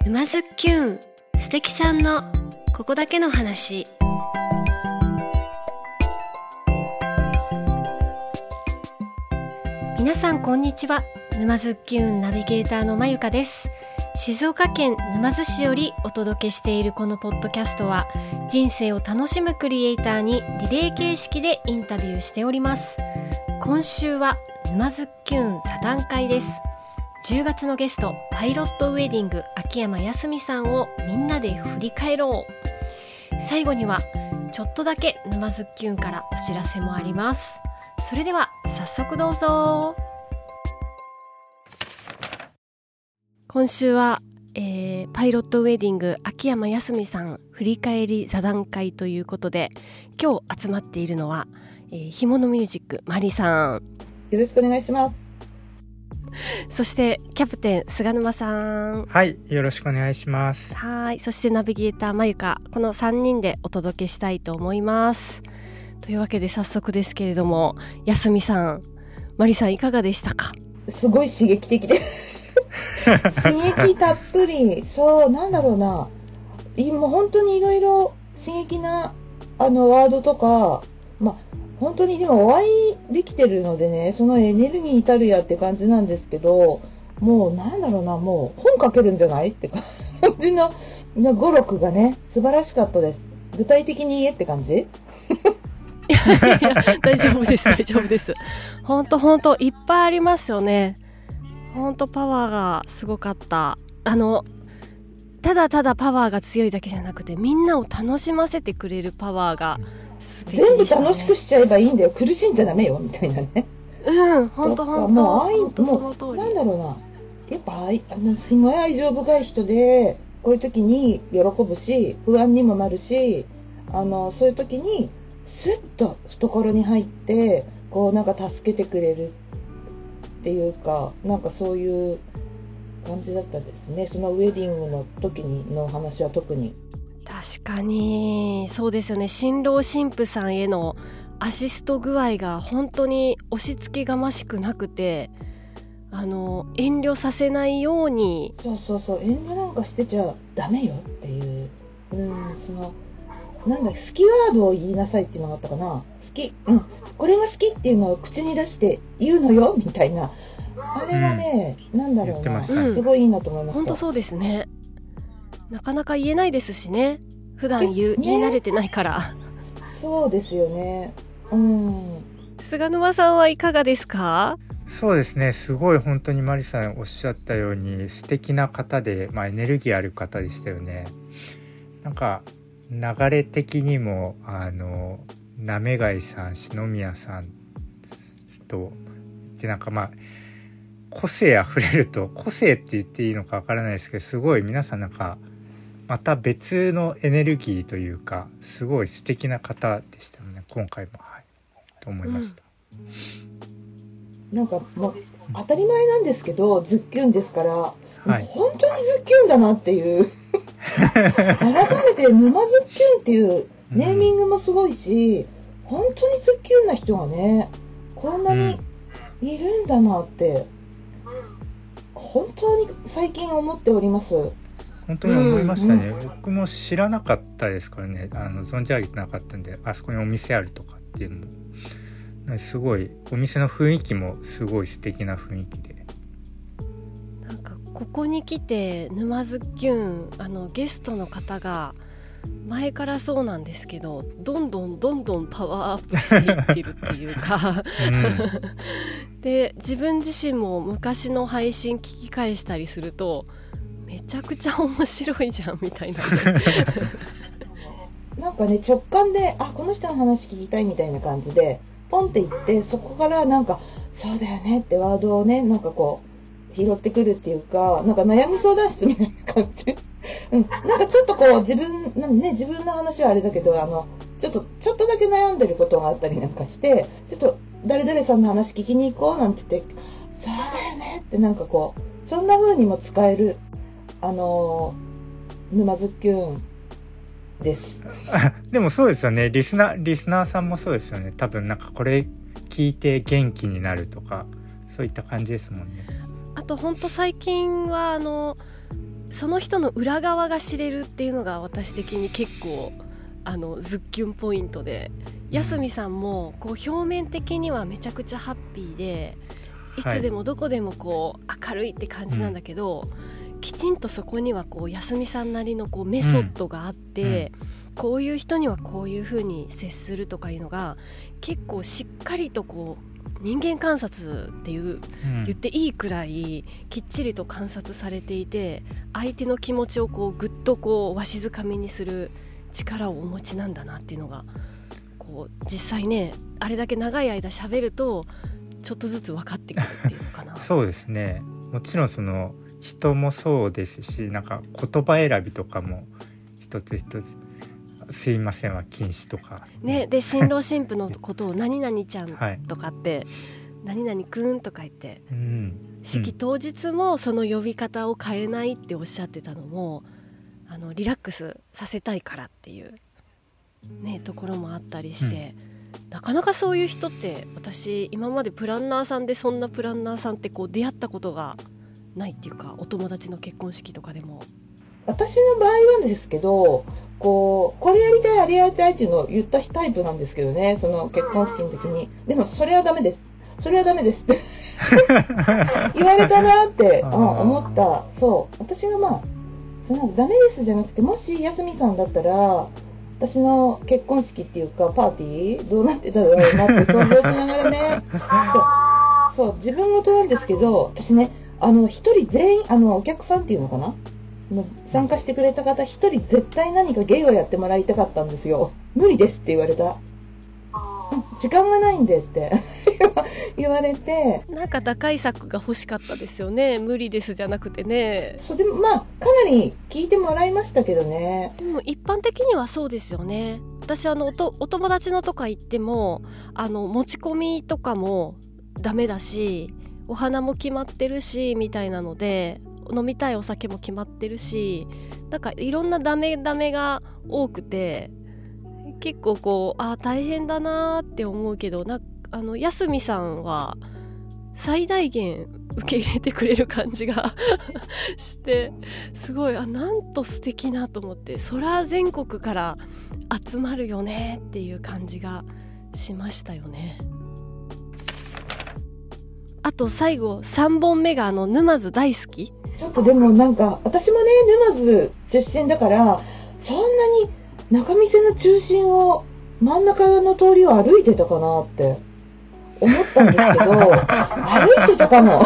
沼津きゅん素敵さんのここだけの話。皆さんこんにちは。沼津きゅんナビゲーターのまゆかです。静岡県沼津市よりお届けしているこのポッドキャストは、人生を楽しむクリエイターにリレー形式でインタビューしております。今週は沼津きゅん座談会です。10月のゲストパイロットウェディング秋山康美さんをみんなで振り返ろう。最後にはちょっとだけ沼津きゅんからお知らせもあります。それでは早速どうぞ。今週は、パイロットウェディング秋山康美さん振り返り座談会ということで、今日集まっているのは、ひものミュージックマリさん、 よろしくお願いします。 そしてキャプテン菅沼さん、 はい、よろしくお願いします。 はい、そしてナビゲーターまゆか、この3人でお届けしたいと思います。というわけで早速ですけれども、康美さん、マリさんいかがでしたか？ すごい刺激的で刺激たっぷり。そう、なんだろうな、今本当にいろいろ刺激なワードとか、本当にでもお会いできてるのでね、そのエネルギー至るやって感じなんですけど、もうなんだろうな、もう本書けるんじゃないって感じの語録がね、素晴らしかったです。具体的に言えって感じいや大丈夫です大丈夫です。本当いっぱいありますよね。本当パワーがすごかった。ただただパワーが強いだけじゃなくて、みんなを楽しませてくれるパワーが素敵でしたね。全部楽しくしちゃえばいいんだよ、苦しんじゃダメよみたいなね。本当もうなんだろうな、やっぱすごい愛情深い人で、こういう時に喜ぶし不安にもなるし、そういう時にスッと懐に入ってこうなんか助けてくれるっていうか、なんかそういう感じだったですね。そのウェディングの時の話は特に。 確かにそうですよね。新郎新婦さんへのアシスト具合が本当に押し付けがましくなくて、遠慮させないように。そう遠慮なんかしてちゃダメよっていう、そのなんだ、好きワードを言いなさいっていうのがあったかな。好き、これが好きっていうのを口に出して言うのよみたいな、あれはね、なんだろうな、すごいいいなと思いました。 本当そうですね。なかなか言えないですしね、普段言い慣れてないから。 そうですよね。 菅沼さんはいかがですか？ そうですね、すごい本当にマリさんおっしゃったように素敵な方で、エネルギーある方でしたよね。なんか流れ的にもなめがいさん、篠宮さんとで、なんか個性あふれると、個性って言っていいのかわからないですけど、すごい皆さんなんかまた別のエネルギーというか、すごい素敵な方でしたよね、今回も。と思いました。 なんかもう当たり前なんですけど、ズッキュンですから、本当にズッキュンだなっていう改めて沼ズッキュンっていうネーミングもすごいし、本当にズッキュンな人がね、こんなにいるんだなって、本当に最近思っております。 本当に思いましたね。僕も知らなかったですからね、存じ上げてなかったんで、あそこにお店あるとかっていうのも、すごいお店の雰囲気もすごい素敵な雰囲気で、 なんかここに来て沼津きゅん、ゲストの方が前からそうなんですけど、どんどんパワーアップしていってるっていうかで、自分自身も昔の配信聞き返したりすると、めちゃくちゃ面白いじゃんみたいななんかね、直感でこの人の話聞きたいみたいな感じでポンって言って、そこからなんかそうだよねってワードをね、なんかこう拾ってくるっていうか、なんか悩み相談室みたいな感じなんかちょっとこう自分の話はあれだけど、ちょっとだけ悩んでることがあったりなんかして、ちょっと誰々さんの話聞きに行こうなんて言って、そうだよねって、なんかこうそんな風にも使える沼津きゅんですでもそうですよね、リスナーさんもそうですよね。多分なんかこれ聞いて元気になるとか、そういった感じですもんね。 あと本当最近はその人の裏側が知れるっていうのが私的に結構ズッキュンポイントで、安見さんもこう表面的にはめちゃくちゃハッピーでいつでもどこでもこう明るいって感じなんだけど、きちんとそこにはこう安見さんなりのこうメソッドがあって、こういう人にはこういう風に接するとかいうのが結構しっかりとこう人間観察っていう言っていいくらいきっちりと観察されていて、相手の気持ちをこうぐっとこうわしづかみにする力をお持ちなんだなっていうのがこう実際ね、あれだけ長い間喋るとちょっとずつ分かってくるっていうのかな。 そうですね、もちろんその人もそうですし、なんか言葉選びとかも一つ一つすいませんは禁止とかね、で新郎新婦のことを何々ちゃんとかって、はい、何々くんとか言って、式当日もその呼び方を変えないっておっしゃってたのもリラックスさせたいからっていう、ね、ところもあったりして、なかなかそういう人って私今までプランナーさんでそんなプランナーさんってこう出会ったことがないっていうか、お友達の結婚式とかでも。 私の場合はですけど、これやりたいあれやりたいっていうのを言ったタイプなんですけどね、その結婚式の時に。でもそれはダメです、それはダメですって言われたなって思った。そう私がそのダメですじゃなくて、もし安見さんだったら私の結婚式っていうかパーティーどうなってただろうなって想像しながらねそう自分事なんですけど、私ね一人全員お客さんっていうのかな、参加してくれた方一人絶対何か芸をやってもらいたかったんですよ。無理ですって言われた。時間がないんでって言われて、 なんか打開策が欲しかったですよね。無理ですじゃなくてね。 そうでもかなり聞いてもらいましたけどね。 でも一般的にはそうですよね。私お友達のとか行っても持ち込みとかもダメだし、お花も決まってるしみたいなので、飲みたいお酒も決まってるし、なんかいろんなダメが多くて、結構大変だなって思うけど、安見さんは最大限受け入れてくれる感じがしてすごいなんと素敵なと思って、そら全国から集まるよねっていう感じがしましたよね。あと最後3本目が沼津大好き。 ちょっとでもなんか私もね沼津出身だから、そんなに仲見世の中心を真ん中の通りを歩いてたかなって思ったんですけど歩いてたかも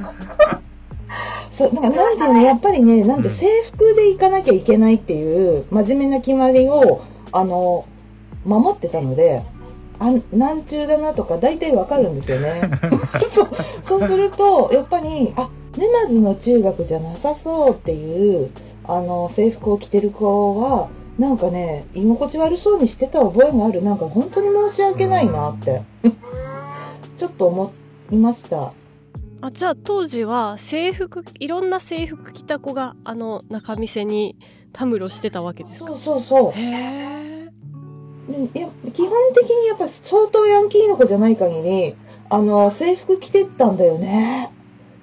そうなんていうの、やっぱりね、なんて制服で行かなきゃいけないっていう真面目な決まりを守ってたので、何中だなとか大体わかるんですよねそうするとやっぱり沼津の中学じゃなさそうっていう制服を着てる子はなんかね居心地悪そうにしてた覚えがある。なんか本当に申し訳ないなってちょっと思いました。 じゃあ当時はいろんな制服着た子が仲見世にたむろしてたわけですか？ そうへー。いや基本的にやっぱ相当ヤンキーの子じゃない限り制服着てったんだよね。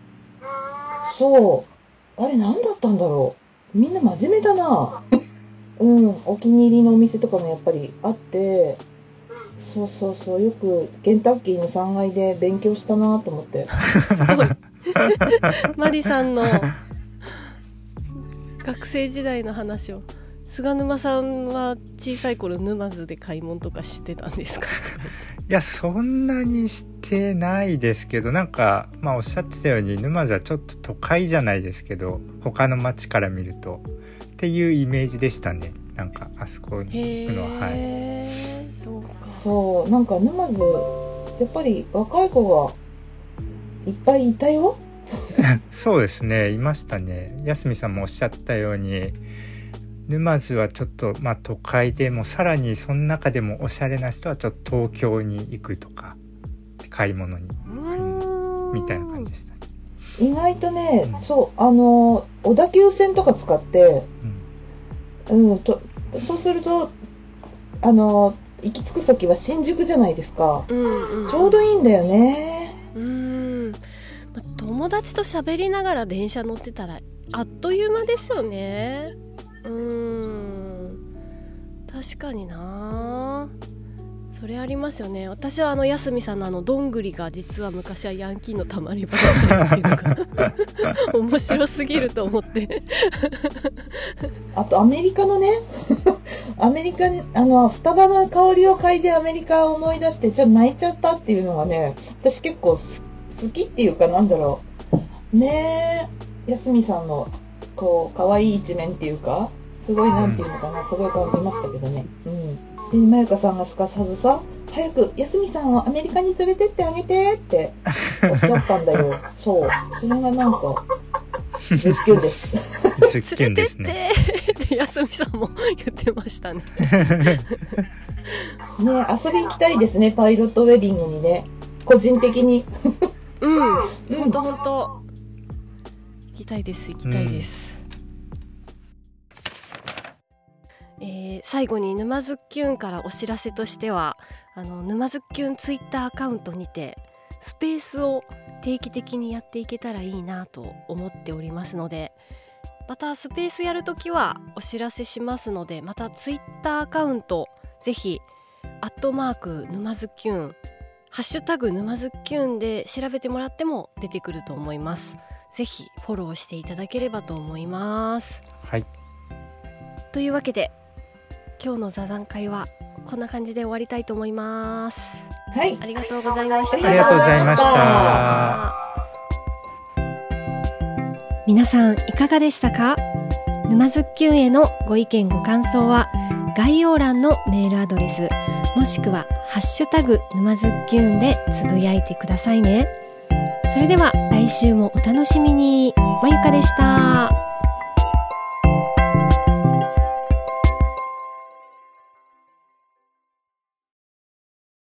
そうあれ何だったんだろう、みんな真面目だなお気に入りのお店とかもやっぱりあって、そうよくケンタッキーの3階で勉強したなと思ってすごいマリさんの学生時代の話を。菅沼さんは小さい頃沼津で買い物とかしてたんですか？ いやそんなにしてないですけど、なんかおっしゃってたように沼津はちょっと都会じゃないですけど、他の町から見るとっていうイメージでしたね。なんかあそこに行くのは。 そうか。 そうなんか沼津やっぱり若い子がいっぱいいたよそうですね、いましたね。安見さんもおっしゃったように沼津はちょっと都会でもさらにその中でもおしゃれな人はちょっと東京に行くとか買い物にみたいな感じでした。 意外とね、そう小田急線とか使って、そうすると行き着く先は新宿じゃないですか、ちょうどいいんだよね。 友達と喋りながら電車乗ってたらあっという間ですよね。確かにな、それありますよね。私は安見さんのどんぐりが実は昔はヤンキーのたまり場だったっていうのが面白すぎると思ってあとアメリカのねアメリカにスタバの香りを嗅いでアメリカを思い出してちょっと泣いちゃったっていうのがね、私結構好きっていうか、なんだろうねえ、安見さんのこう可愛い一面っていうか、すごいなんていうのかな、すごい感じましたけどね。でまゆかさんがすかさずさ、早く安見さんをアメリカに連れてってあげてっておっしゃったんだよ。そう、それがなんかズッキュンですズッキュンですね。 連れてってって安見さんも言ってましたねね、遊び行きたいですね、パイロットウェディングにね、個人的にほんと行きたいです、最後に沼津きゅんからお知らせとしては、沼津きゅんツイッターアカウントにてスペースを定期的にやっていけたらいいなと思っておりますので、またスペースやるときはお知らせしますので、またツイッターアカウントぜひ@沼津きゅんハッシュタグ沼津きゅんで調べてもらっても出てくると思います。ぜひフォローしていただければと思います。 はい。 というわけで今日の座談会はこんな感じで終わりたいと思います。 はい、 ありがとうございました。 ありがとうございました。 皆さんいかがでしたか？沼津きゅんへのご意見ご感想は概要欄のメールアドレスもしくはハッシュタグ沼津きゅんでつぶやいてくださいね。それでは来週もお楽しみに。まゆかでした。